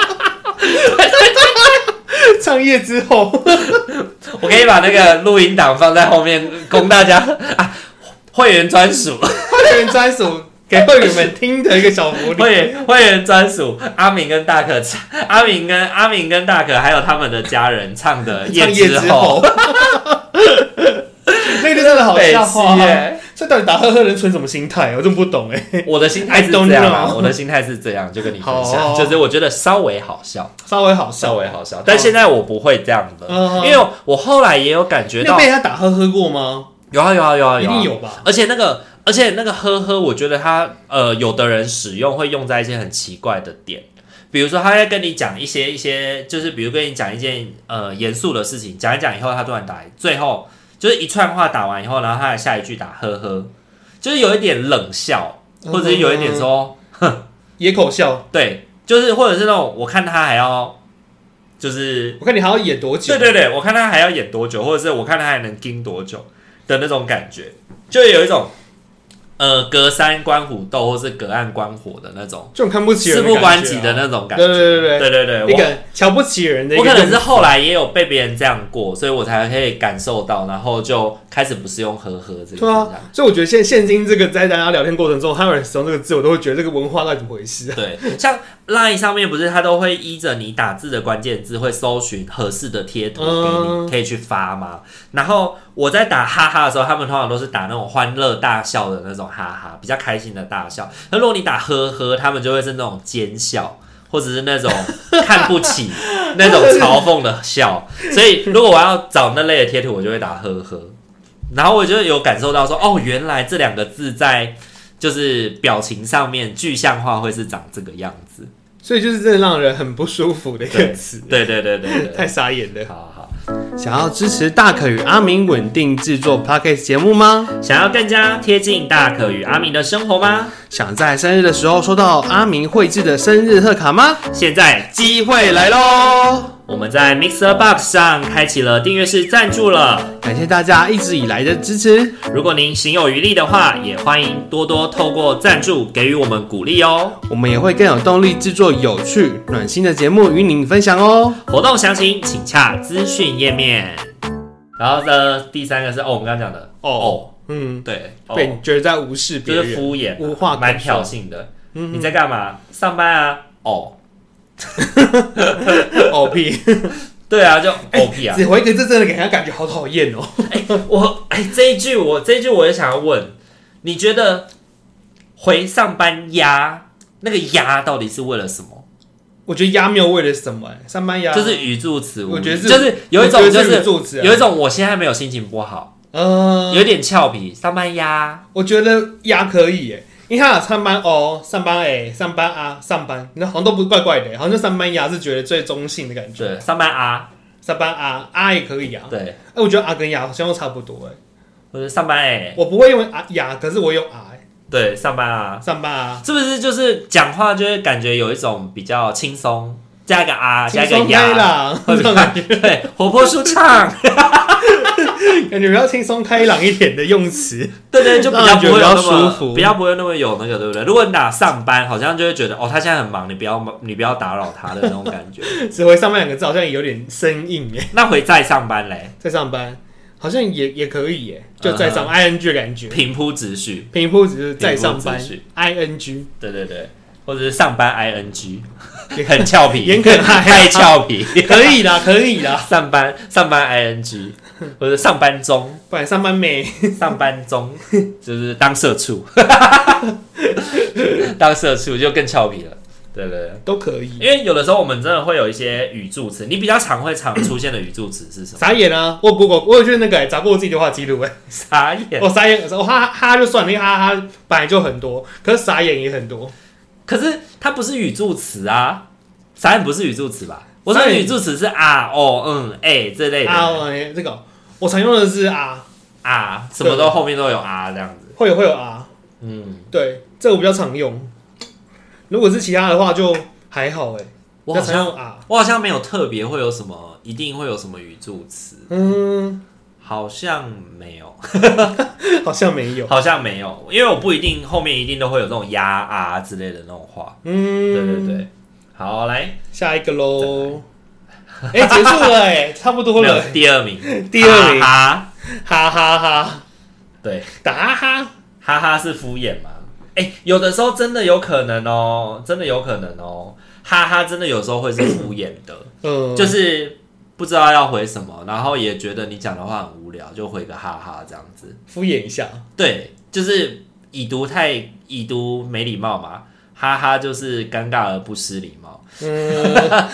唱夜之后， 我可以把那个录音档放在后面供大家啊，会员专属， 会员专属。给会员们听的一个小福利， 会员会员专属，阿明跟大可，阿明跟阿明跟大可还有他们的家人唱的《夜之后》， 那个就真的好笑话、啊。这到底打呵呵人存什么心态？我真不懂哎、欸。 我的心态是这样啊，我的心态是这样，就跟你分享，就是我觉得稍微好笑， 稍微好笑， 稍微好笑。但现在我不会这样的，因为我后来也有感觉到， 你被他打呵呵过吗？ 有啊有啊有啊有啊， 一定有吧。 而且那个。而且那个呵呵，我觉得他呃，有的人使用会用在一些很奇怪的点，比如说他在跟你讲一些一些，就是比如跟你讲一件呃严肃的事情，讲一讲以后，他突然打，最后就是一串话打完以后，然后他的下一句打呵呵，就是有一点冷笑，或者是有一点说哼野口笑， 对，就是或者是那种我看他还要。就是我看你还要演多久？ 对对对，我看他还要演多久，或者是我看他还能盯多久的那种感觉，就有一种。呃，隔山观虎斗，或是隔岸观火的那种， 这种看不起人、 事不关己的那种感觉。 对对对对对对， 一个瞧不起人的一个。 我可能是后来也有被别人这样过，所以我才可以感受到，然后就开始不是用呵呵这个。 对啊，所以我觉得现现今这个在大家聊天过程中，还有人使用这个字，我都会觉得这个文化到底怎么回事啊？ 对，像 LINE 上面不是它都会依着你打字的关键字，会搜寻合适的贴图给你，嗯、可以去发吗？然后我在打哈哈的时候，他们通常都是打那种欢乐大笑的那种哈哈，比较开心的大笑。那如果你打呵呵，他们就会是那种奸笑， 或者是那种看不起、那种嘲讽的笑。所以如果我要找那类的贴图，我就会打呵呵。然后我就有感受到说，哦，原来这两个字在就是表情上面具象化会是长这个样子。 所以就是真的让人很不舒服的一个词。 对对对对 对, 对， 太傻眼了。 好好。 想要支持大可与阿明稳定制作 Podcast 节目吗？ 想要更加贴近大可与阿明的生活吗？ 想在生日的时候收到阿明绘制的生日贺卡吗？ 现在机会来咯！ 我们在 Mixer Box 上开启了订阅式赞助了， 感谢大家一直以来的支持。 如果您行有余力的话，也欢迎多多透过赞助给予我们鼓励哦。 我们也会更有动力制作有趣、暖心的节目与您分享哦。 活动详情请洽资讯页面。然后呢，第三个是哦，我们刚刚讲的哦， 哦嗯， 对， 被你觉得在无视别人， 就是敷衍、 无话可说蛮挑衅的。 嗯， 你在干嘛？上班啊？哦， 哦屁。 对啊，就哦屁啊！ 只回一个字真的给人家感觉好讨厌哦。 哎、欸，我哎、欸、这一句我这一句我也想要问，你觉得回上班压那个压到底是为了什么？ 我觉得压没有为了什么、欸，上班压就是语助词， 我觉得是就是有一种就是语助词、啊， 有一种我现在没有心情不好， 嗯， 有点俏皮，上班压， 我觉得压可以耶、欸。因为他有上班哦，上班哎，上班啊，上班，你好像都不怪怪的，好像就上班牙是觉得最中性的感觉。 对，上班啊， 上班啊，啊也可以啊。 对， 哎，我觉得啊跟牙好像都差不多哎。 或者上班哎， 我不会用啊牙，可是我用啊哎。 对，上班啊， 上班啊， 是不是就是讲话就会感觉有一种比较轻松，加一个啊，加一个轻松开呀， 朗， 会比较对，活泼舒畅。 感觉比较轻松开朗一点的用词， 对对，就比较不会有那么舒服， 比较不会那么有那个，对不对？如果你打上班，好像就会觉得哦，他现在很忙，你不要你不要打扰他的那种感觉。 只回上班两个字好像也有点生硬耶。 那回在上班嘞， 在上班好像也也可以耶，就在上、uh huh. I N G 的感觉， 平铺直叙， 平铺只是在上班 I N G， 对对对，或者是上班 I N G。很俏皮， 严可爱， 太俏皮， 可以啦，可以啦。 上班上班 I N G， 或者上班中， 不然上班妹， 上班中就是当社畜，当社畜就更俏皮了，对对对， 都可以。 因为有的时候我们真的会有一些语助词，你比较常会常出现的语助词是什么？ 傻眼啊！我 Google， 我有去那个找过我自己对话记录哎， 傻眼， 我傻眼，我哈哈就算了，因为哈哈本来就很多，可是傻眼也很多。 可是它不是语助词啊，傻眼不是语助词吧？我说语助词是啊、哦、嗯、哎、欸、这类的。 啊，嗯、这个我常用的是啊啊，什么都后面都有啊，这样子。 会有会有啊， 嗯， 对，这个我比较常用。如果是其他的话就还好哎、欸， 我好像啊， 我好像没有特别会有什么，一定会有什么语助词。 嗯， 好像没有， 好像没有， 好像没有，因为我不一定后面一定都会有这种呀啊之类的那种话。 嗯， 对对对。好，来下一个喽。哎、欸，结束了哎、欸，差不多了。 第二名， 第二名， 哈哈哈哈。 对， 打哈哈， 哈哈是敷衍吗？哎、欸，有的时候真的有可能哦，真的有可能哦，哈哈真的有时候会是敷衍的，嗯，就是不知道要回什么，然后也觉得你讲的话很无聊，就回个哈哈这样子， 敷衍一下。对， 就是已读太已读没礼貌嘛。哈哈，就是尴尬而不失礼貌。嗯，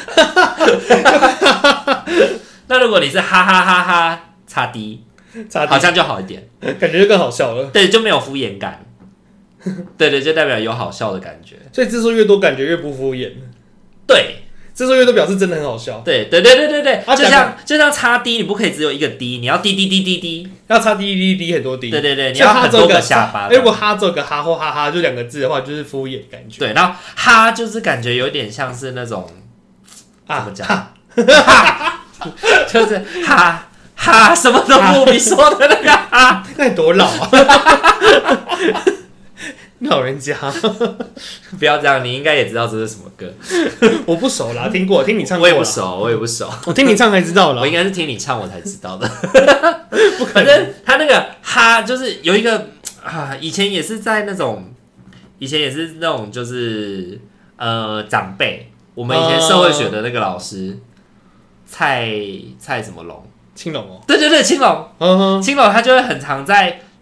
那如果你是哈哈哈哈擦低，好像就好一点， 感觉就更好笑了。 对，就没有敷衍感。对对，就代表有好笑的感觉。 所以字数越多，感觉越不敷衍。 对， 字数越多表示真的很好笑。 对对对对对对，啊、就像就像擦低，你不可以只有一个低，你要滴滴滴滴滴， 要擦滴滴滴很多滴。 对对对，你要很多个下巴。 如果哈做个哈或哈哈就两个字的话，就是敷衍感觉。 对，然后哈就是感觉有点像是那种怎么讲？哈就是哈哈什么都不必说的那个哈， 那你多老啊！老人家， 不要这样，你应该也知道这是什么歌。 我不熟啦，听过，听你唱过。 我也不熟，我也不熟。 我听你唱才知道啦。 我应该是听你唱我才知道的。不可能，反正他那个哈，就是有一个啊，以前也是在那种，以前也是那种，就是呃长辈，我们以前社会学的那个老师，呃、蔡蔡什么龙， 青龙哦， 对对对，青龙，嗯哼，青龙他就会很常在。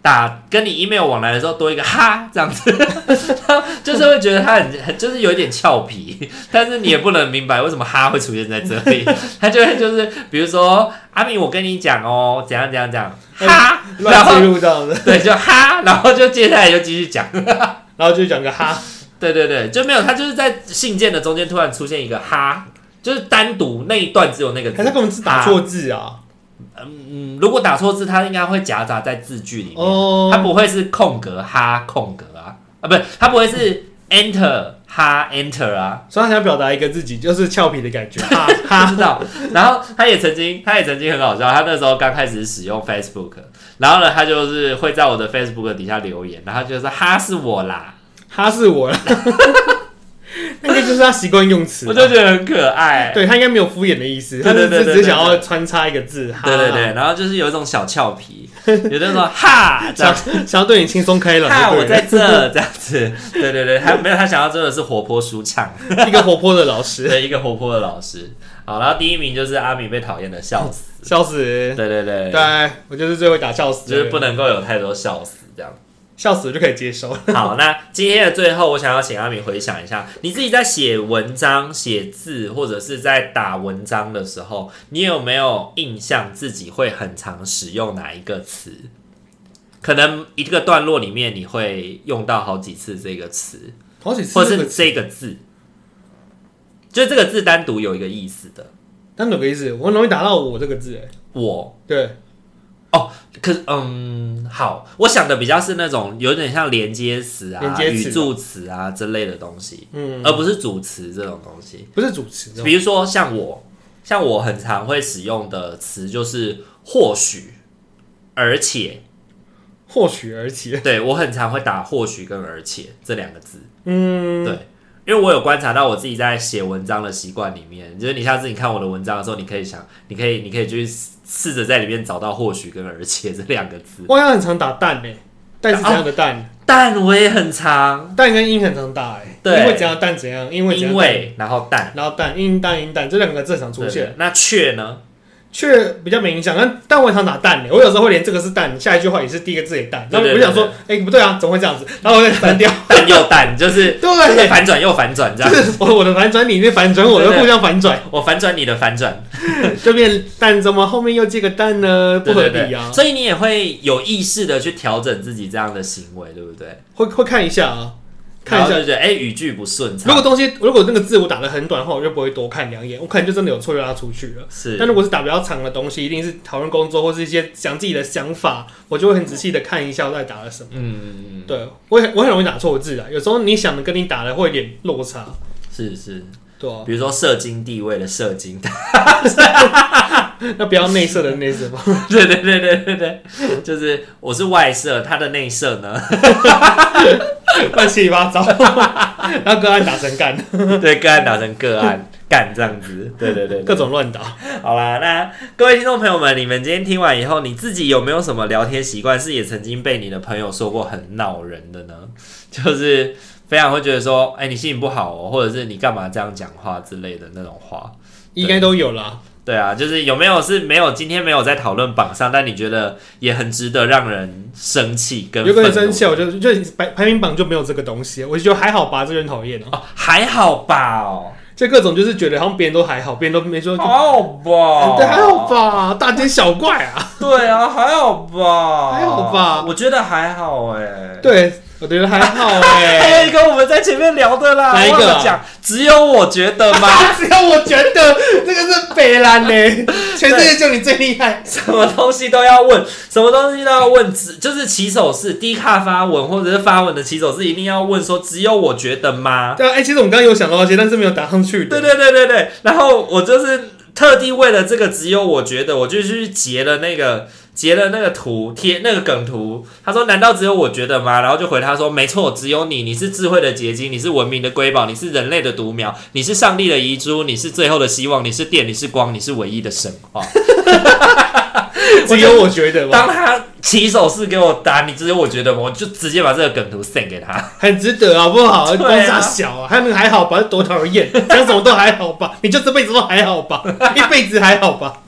打跟你 email 往来的时候多一个哈这样子，就是会觉得他很很就是有一点俏皮，但是你也不能明白为什么哈会出现在这里，他就会就是比如说阿明我跟你讲哦怎样怎样怎样哈， 乱记录这样子， 对，就哈，然后就接下来就继续讲， 然后就讲个哈， 对对对，就没有他就是在信件的中间突然出现一个哈，就是单独那一段只有那个字， 他根本是打错字啊。 嗯，如果打错字，它应该会夹杂在字句里面， 哦、 它不会是空格哈空格啊，啊，不是，它不会是 enter 哈 enter 啊， 所以他想表达一个自己就是俏皮的感觉，哈哈， 知道。然后他也曾经，他也曾经很好笑，他那时候刚开始使用 Facebook， 然后呢，他就是会在我的 Facebook 底下留言，然后就说哈是我啦， 哈是我啦。那个就是他习惯用词， 我就觉得很可爱。 对他应该没有敷衍的意思， 对对对对对对， 他只是想要穿插一个字，哈对对对，然后就是有一种小俏皮，有的说哈，这样想要对你轻松开朗， 哈，我在这这样子，对对对，他没有他想要真的是活泼舒畅， 一个活泼的老师， 对，一个活泼的老师。好，然后第一名就是阿米被讨厌的笑死， 笑死， 对对对， 对我就是最会打笑死， 就是不能够有太多笑死这样。 笑死就可以接受。 好，那今天的最后，我想要请阿米回想一下，你自己在写文章、写字，或者是在打文章的时候，你有没有印象自己会很常使用哪一个词？可能一个段落里面你会用到好几次这个词， 好几次， 或是这个字，就是这个字单独有一个意思的。 单独有个意思，我很容易打到我这个字，哎， 我对。 哦，可是嗯，好，我想的比较是那种有点像连接词啊、 连接词语助词啊之类的东西， 嗯， 而不是主词这种东西。 不是主词， 比如说像我，像我很常会使用的词就是或许、而且， 或许而且， 对我很常会打或许跟而且这两个字， 嗯， 对。因为我有观察到我自己在写文章的习惯里面，就是你下次你看我的文章的时候，你可以想，你可以，你可以去试着在里面找到或许跟而且这两个字。 我好像很常打蛋诶、欸，蛋是怎样的蛋？哦、 蛋我也很常， 蛋跟音很常打诶、欸， 对， 因为怎样蛋怎样，因为怎样因为然后蛋， 然后蛋，音蛋音蛋这两个字常出现。 对对，那却呢？ 却比较没影响，但但我很常打蛋的，我有时候会连这个是蛋，下一句话也是第一个字也蛋，然后我就想说，哎、欸，不对啊，怎么会这样子？然后我就删掉， 蛋又蛋，就是对， 就是反转又反转这样， 就是我我的反转你那反转，我的互相反转， 我反转你的反转， 就变蛋，怎么后面又接个蛋呢？不合理啊！ 对对对，所以你也会有意识的去调整自己这样的行为，对不对？ 会会看一下啊。看一下， 就觉得哎，语句不顺畅。 如果东西，如果那个字我打得很短的话，我就不会多看两眼，我可能就真的有错就让它出去了。 是， 但如果是打比较长的东西，一定是讨论工作或是一些讲自己的想法，我就会很仔细的看一下我在打了什么。嗯嗯嗯，对，我很我很容易打错字啊，有时候你想的跟你打的会有点落差。 是是， 对啊， 比如说社经地位的社经， 那不要内射的内射吗？ 对对对对对对，就是我是外射，他的内射呢？ 乱七八糟，然后个案打成干， 对，个案打成个案干这样子，对对 对, 对， 各种乱打。 好啦，那各位听众朋友们，你们今天听完以后，你自己有没有什么聊天习惯是也曾经被你的朋友说过很恼人的呢？就是非常会觉得说，哎、欸，你心情不好哦，或者是你干嘛这样讲话之类的那种话， 应该都有啦。 对啊，就是有没有是没有今天没有在讨论榜上，但你觉得也很值得让人生气跟愤怒。 有个人生气，我就就排排名榜就没有这个东西，我就觉得还好吧，这个人讨厌哦， 还好吧哦， 就各种就是觉得好像别人都还好，别人都没说， 还好吧， 对，还好吧，大惊小怪啊， 对啊，还好吧， 还好吧， 我觉得还好哎、欸， 对。我觉得还好哎、欸， 还有一个我们在前面聊的啦， 哪一个、啊？ 讲只有我觉得吗？ 只有我觉得这个是北兰呢，全世界就你最厉害， 什么东西都要问，什么东西都要问，就是起手式，低卡发文或者是发文的起手式，一定要问说只有我觉得吗？ 对啊，哎、欸，其实我们刚刚有想到那些，但是没有打上去的。 对对对对对，然后我就是特地为了这个只有我觉得，我就去截了那个。截了那个图贴那个梗图，他说难道只有我觉得吗？然后就回他说没错，只有你，你是智慧的结晶，你是文明的瑰宝，你是人类的独苗，你是上帝的遗珠，你是最后的希望，你是电，你是光，你是唯一的神话。 只有我觉得吗？ 当他起手式给我打，你只有我觉得吗？我就直接把这个梗图 send 给他， 很值得好不好？ 对啊， 光差小啊，还有那个还好吧，多讨人厌，讲什么都还好吧，你就这辈子都还好吧，一辈子还好吧。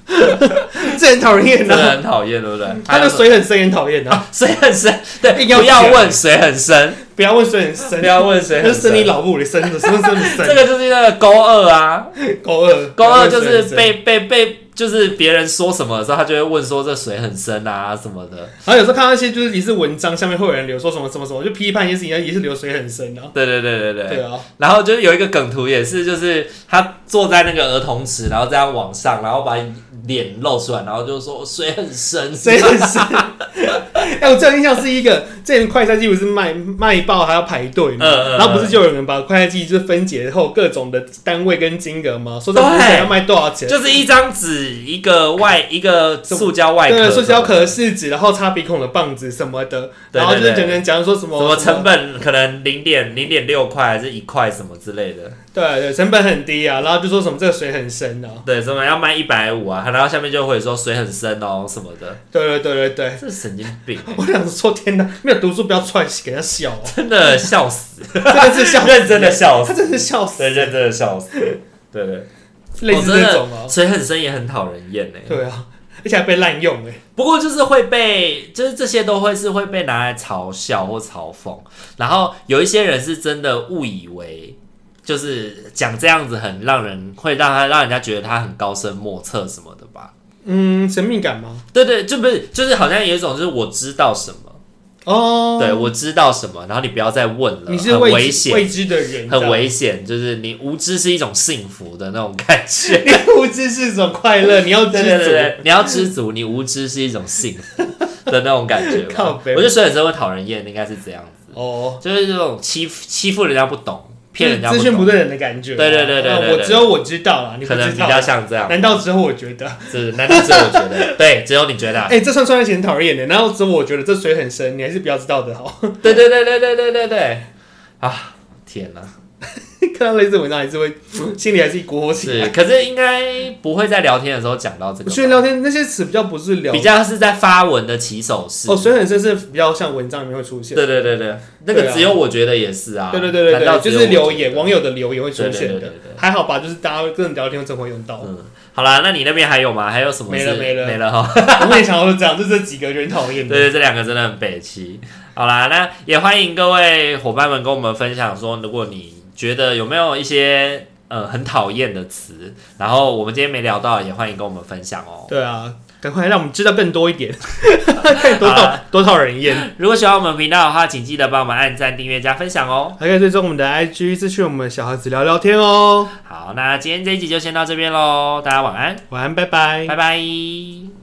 这很讨人厌真的啊， 很讨厌，对不对？ 他的水很深也很讨厌啊， 水很深，对， 硬要不要讲问水很深， 不要问水很深， 不要问水很就是生你深。 老母的深的，什么深的深？ 这个就是那个勾二啊， 勾二， 勾二就是被被被，就是别人说什么的时候，他就会问说这水很深啊什么的。 然后有时候看到一些就是也是文章下面会有人留说什么什么什么，就批判一些事情，也是流水很深啊。 对对对对对。 对啊， 然后就是有一个梗图也是，就是他坐在那个儿童池，然后这样往上，然后把脸露出来，然后就说水很深， 水很深。哎、我最有印象是一个，之前快餐机不是卖卖爆还要排队嘛， 嗯嗯嗯然后不是就有人把快餐机就是分解后各种的单位跟金额嘛，说这个要卖多少钱， 就是一张纸，一个外一个塑胶外壳， 对，塑胶壳试纸，然后擦鼻孔的棒子什么的， 对对对， 然后就是讲讲讲说什么什么成本可能零点零点六块还是一块什么之类的， 对对，成本很低啊，然后就说什么这个水很深啊， 对，什么要卖一百五啊，然后下面就会说水很深哦什么的， 对对对对对， 这是神经病。 我想说天哪，没有读书不要出来给人家笑哦， 真的笑死， 真的是笑死， 认真的笑死， 他真的是笑死， 对，认真的笑死，对对， 类似这种啊， 水很深也很讨人厌哎， 对啊，而且还被滥用哎。 不过就是会被，就是这些都会是会被拿来嘲笑或嘲讽，然后有一些人是真的误以为。就是讲这样子很让人会让他让人家觉得他很高深莫测什么的吧？ 嗯，神秘感吗？ 对对，就不是，就是好像有一种就是我知道什么哦，对我知道什么，然后你不要再问了， 你是很危险， 未知的人， 很危险，就是你无知是一种幸福的那种感觉， 你无知是一种快乐，你要知足， 对对对对，你要知足，你无知是一种幸福的那种感觉吧。 靠北我觉得水很深会讨人厌，应该是这样子哦， 就是这种欺欺负人家不懂。骗人家资讯不对人的感觉， 对对对对对， 我只有我知道啦，你不知道， 可能比较像这样。 难道只有我觉得？ 是，难道只有我觉得？对，只有你觉得。 哎，这算算起很讨人厌的，难道只有我觉得这水很深？你还是不要知道的好。 对对对对对对对对，啊，天哪！ 看到类似文章还是会心里还是一股火起来。 是，可是应该不会在聊天的时候讲到这个。 我觉得聊天那些词比较不是聊， 比较是在发文的起手式。 哦，水很深是比较像文章里面会出现。 对对对对，那个只有我觉得也是啊。 对对对对对，就是留言网友的留言会出现的。还好吧，就是大家跟人聊天真会用到。 嗯，好啦，那你那边还有吗？还有什么？ 没了没了没了哈。 我们也想要这样，就这几个人讨厌的。 对对，这两个真的很北七。好啦，那也欢迎各位伙伴们跟我们分享说，如果你觉得有没有一些呃很讨厌的词，然后我们今天没聊到，也欢迎跟我们分享哦。 对啊，赶快让我们知道更多一点，看多讨多讨人厌。 如果喜欢我们频道的话，请记得帮我们按赞、订阅、加分享哦。 还可以追踪我们的 I G， 私讯我们小孩子聊聊天哦。 好，那今天这一集就先到这边喽，大家晚安， 晚安，拜拜， 拜拜。